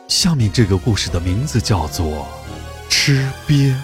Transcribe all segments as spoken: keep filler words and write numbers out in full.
下面这个故事的名字叫做吃鳖。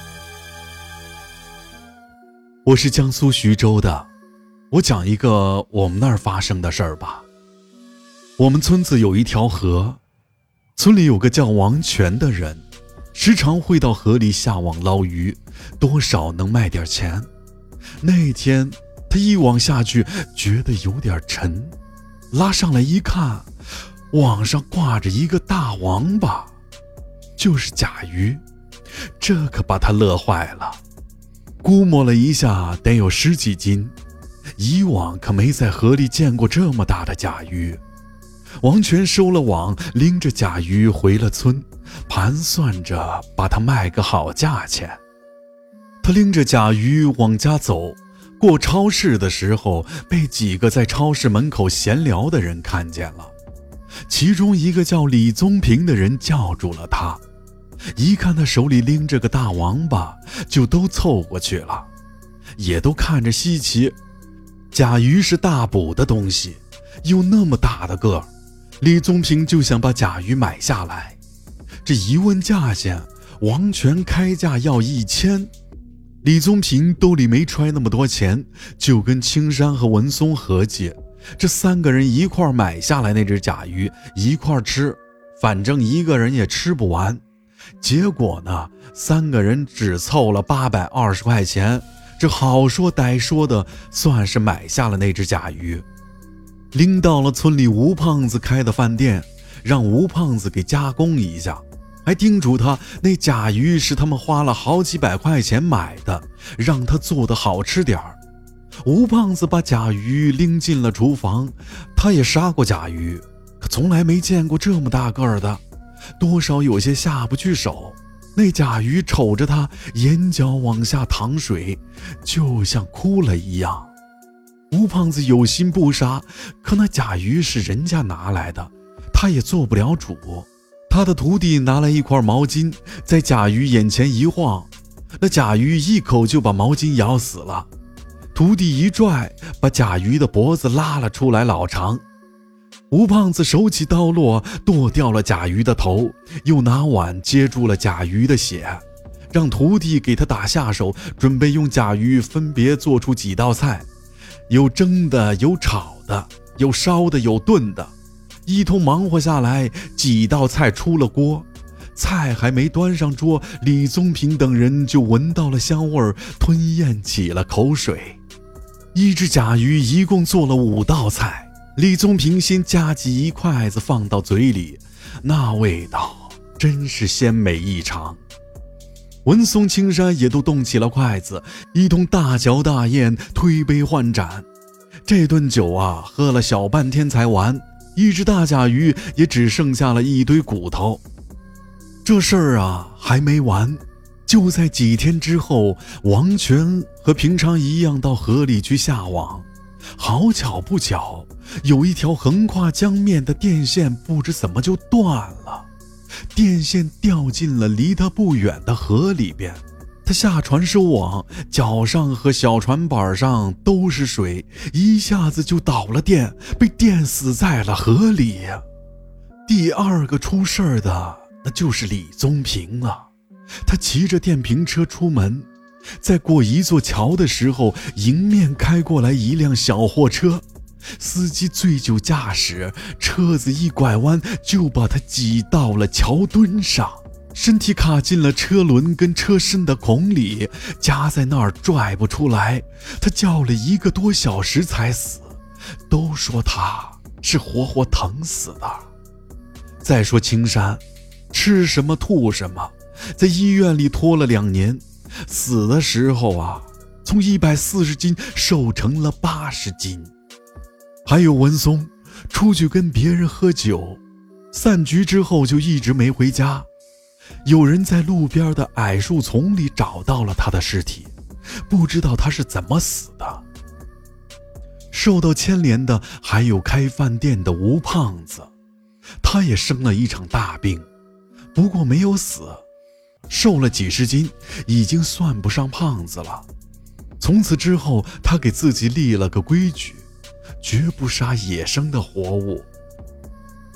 我是江苏徐州的，我讲一个我们那儿发生的事儿吧。我们村子有一条河，村里有个叫王全的人，时常会到河里下网捞鱼，多少能卖点钱。那天他一网下去，觉得有点沉，拉上来一看，网上挂着一个大王八，就是甲鱼，这可把他乐坏了。估摸了一下，得有十几斤，以往可没在河里见过这么大的甲鱼。王全收了网，拎着甲鱼回了村，盘算着把它卖个好价钱。他拎着甲鱼往家走，过超市的时候，被几个在超市门口闲聊的人看见了。其中一个叫李宗平的人叫住了他，一看他手里拎着个大王八，就都凑过去了，也都看着稀奇。甲鱼是大补的东西，又那么大的个儿，李宗平就想把甲鱼买下来。这一问价钱，王全开价要一千。李宗平兜里没揣那么多钱，就跟青山和文松合计，这三个人一块买下来那只甲鱼，一块吃，反正一个人也吃不完。结果呢，三个人只凑了八百二十块钱，这好说歹说的，算是买下了那只甲鱼。拎到了村里吴胖子开的饭店，让吴胖子给加工一下，还叮嘱他那甲鱼是他们花了好几百块钱买的，让他做的好吃点儿。吴胖子把甲鱼拎进了厨房，他也杀过甲鱼，可从来没见过这么大个儿的，多少有些下不去手。那甲鱼瞅着他，眼角往下淌水，就像哭了一样。吴胖子有心不杀，可那甲鱼是人家拿来的，他也做不了主。他的徒弟拿来一块毛巾，在甲鱼眼前一晃，那甲鱼一口就把毛巾咬死了。徒弟一拽，把甲鱼的脖子拉了出来老长。吴胖子手起刀落，剁掉了甲鱼的头，又拿碗接住了甲鱼的血，让徒弟给他打下手，准备用甲鱼分别做出几道菜，有蒸的，有炒的，有烧的，有炖的。一通忙活下来，几道菜出了锅，菜还没端上桌，李宗平等人就闻到了香味儿，吞咽起了口水。一只甲鱼一共做了五道菜，李宗平先夹起一筷子放到嘴里，那味道真是鲜美异常。文松、青山也都动起了筷子，一通大嚼大咽，推杯换盏。这顿酒啊，喝了小半天才完，一只大甲鱼也只剩下了一堆骨头。这事儿啊还没完，就在几天之后，王全和平常一样到河里去下网。好巧不巧，有一条横跨江面的电线不知怎么就断了，电线掉进了离他不远的河里边。他下船收网，脚上和小船板上都是水，一下子就倒了电，被电死在了河里。第二个出事儿的那就是李宗平了。他骑着电瓶车出门，在过一座桥的时候，迎面开过来一辆小货车，司机醉酒驾驶，车子一拐弯就把他挤到了桥墩上，身体卡进了车轮跟车身的孔里，夹在那儿拽不出来。他叫了一个多小时才死，都说他是活活疼死的。再说青山，吃什么吐什么，在医院里拖了两年，死的时候啊，从一百四十斤瘦成了八十斤。还有文松，出去跟别人喝酒，散局之后就一直没回家。有人在路边的矮树丛里找到了他的尸体，不知道他是怎么死的。受到牵连的还有开饭店的吴胖子，他也生了一场大病，不过没有死，瘦了几十斤，已经算不上胖子了。从此之后，他给自己立了个规矩，绝不杀野生的活物。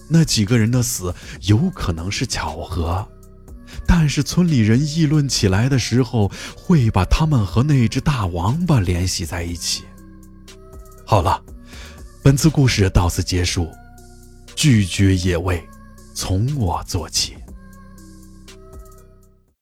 那几个人的死有可能是巧合，但是村里人议论起来的时候，会把他们和那只大王八联系在一起。好了，本次故事到此结束，拒绝野味，从我做起。